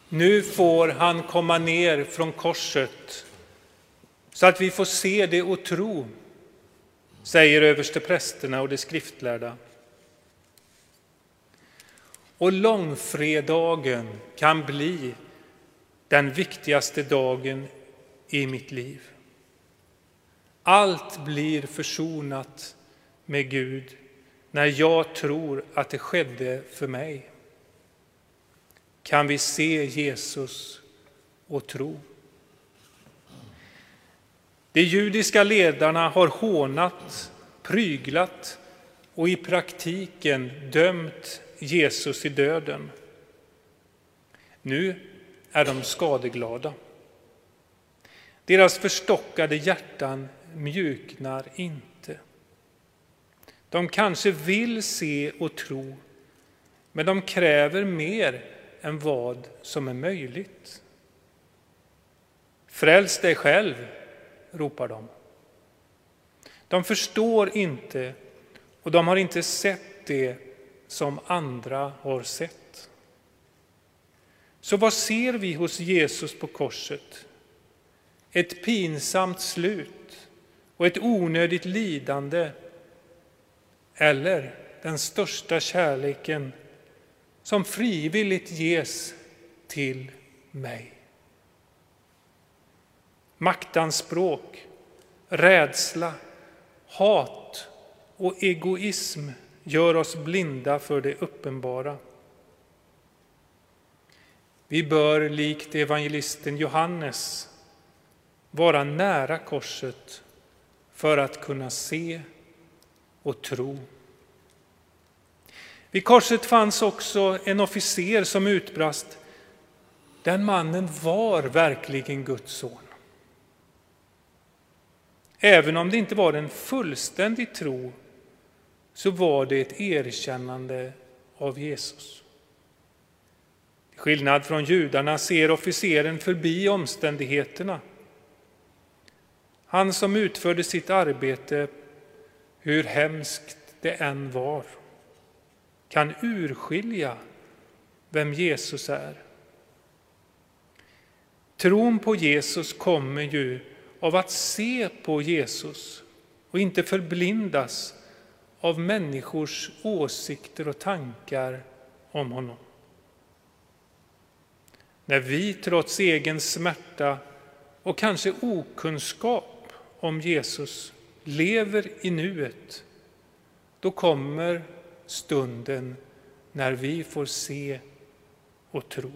Nu får han komma ner från korset så att vi får se det och tro, säger översteprästerna och de skriftlärda. Och långfredagen kan bli den viktigaste dagen i mitt liv. Allt blir försonat med Gud när jag tror att det skedde för mig. Kan vi se Jesus och tro? De judiska ledarna har hånat, pryglat och i praktiken dömt Jesus i döden. Nu är de skadeglada. Deras förstockade hjärtan mjuknar inte. De kanske vill se och tro, men de kräver mer än vad som är möjligt. Fräls dig själv, ropar de. De förstår inte och de har inte sett det som andra har sett. Så vad ser vi hos Jesus på korset? Ett pinsamt slut och ett onödigt lidande, eller den största kärleken som frivilligt ges till mig? Maktanspråk, rädsla, hat och egoism gör oss blinda för det uppenbara. Vi bör likt evangelisten Johannes vara nära korset för att kunna se och tro. Vid korset fanns också en officer som utbrast: den mannen var verkligen Guds son. Även om det inte var en fullständig tro, så var det ett erkännande av Jesus. Till skillnad från judarna ser officeren förbi omständigheterna. Han som utförde sitt arbete, hur hemskt det än var, kan urskilja vem Jesus är. Tron på Jesus kommer ju av att se på Jesus och inte förblindas av människors åsikter och tankar om honom. När vi trots egen smärta och kanske okunskap om Jesus lever i nuet, då kommer stunden när vi får se och tro.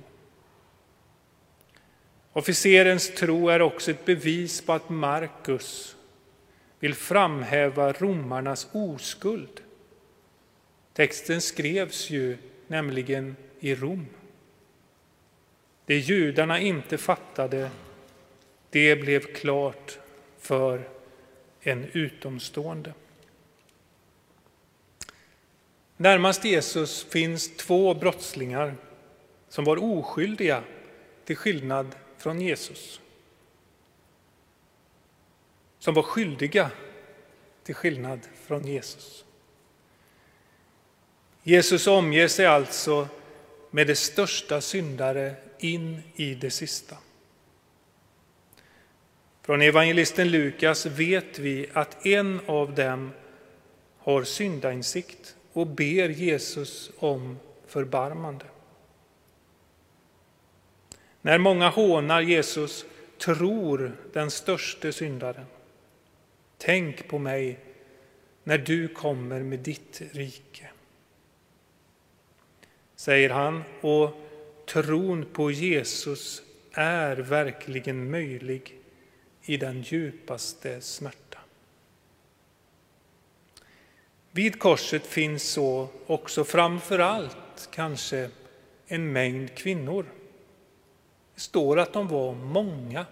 Officerens tro är också ett bevis på att Markus vill framhäva romarnas oskuld. Texten skrevs ju nämligen i Rom. Det judarna inte fattade, det blev klart för en utomstående. Närmast Jesus finns två brottslingar som var oskyldiga till skillnad från Jesus. Som var skyldiga till skillnad från Jesus. Jesus omger sig alltså med det största syndare in i det sista. Från evangelisten Lukas vet vi att en av dem har syndainsikt och ber Jesus om förbarmande. När många hånar Jesus tror den störste syndaren: tänk på mig när du kommer med ditt rike, säger han, och tron på Jesus är verkligen möjlig i den djupaste smärta. Vid korset finns så också framför allt kanske en mängd kvinnor. Det står att de var många.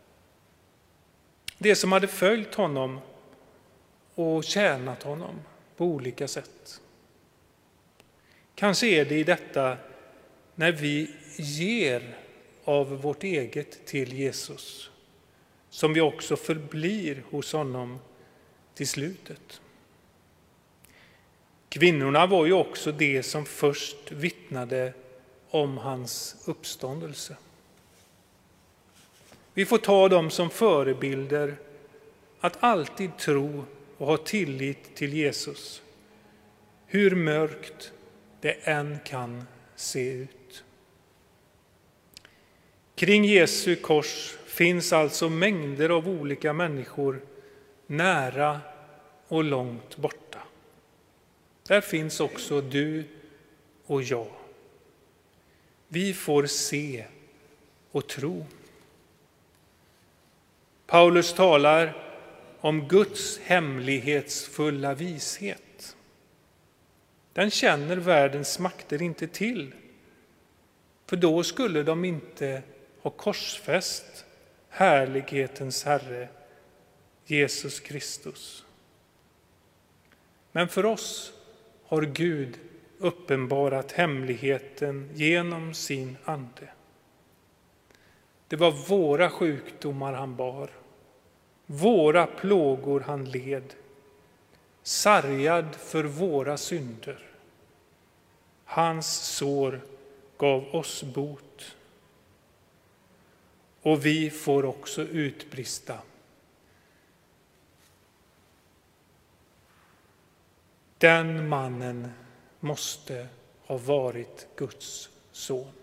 Det som hade följt honom och tjänat honom på olika sätt. Kanske är det i detta när vi ger av vårt eget till Jesus som vi också förblir hos honom till slutet. Kvinnorna var ju också det som först vittnade om hans uppståndelse. Vi får ta dem som förebilder att alltid tro och ha tillit till Jesus, hur mörkt det än kan se ut. Kring Jesu kors finns alltså mängder av olika människor, nära och långt borta. Där finns också du och jag. Vi får se och tro. Paulus talar om Guds hemlighetsfulla vishet. Den känner världens makter inte till, för då skulle de inte ha korsfäst härlighetens Herre, Jesus Kristus. Men för oss har Gud uppenbarat hemligheten genom sin ande. Det var våra sjukdomar han bar, våra plågor han led, sargad för våra synder. Hans sår gav oss bot. Och vi får också utbrista: den mannen måste ha varit Guds son.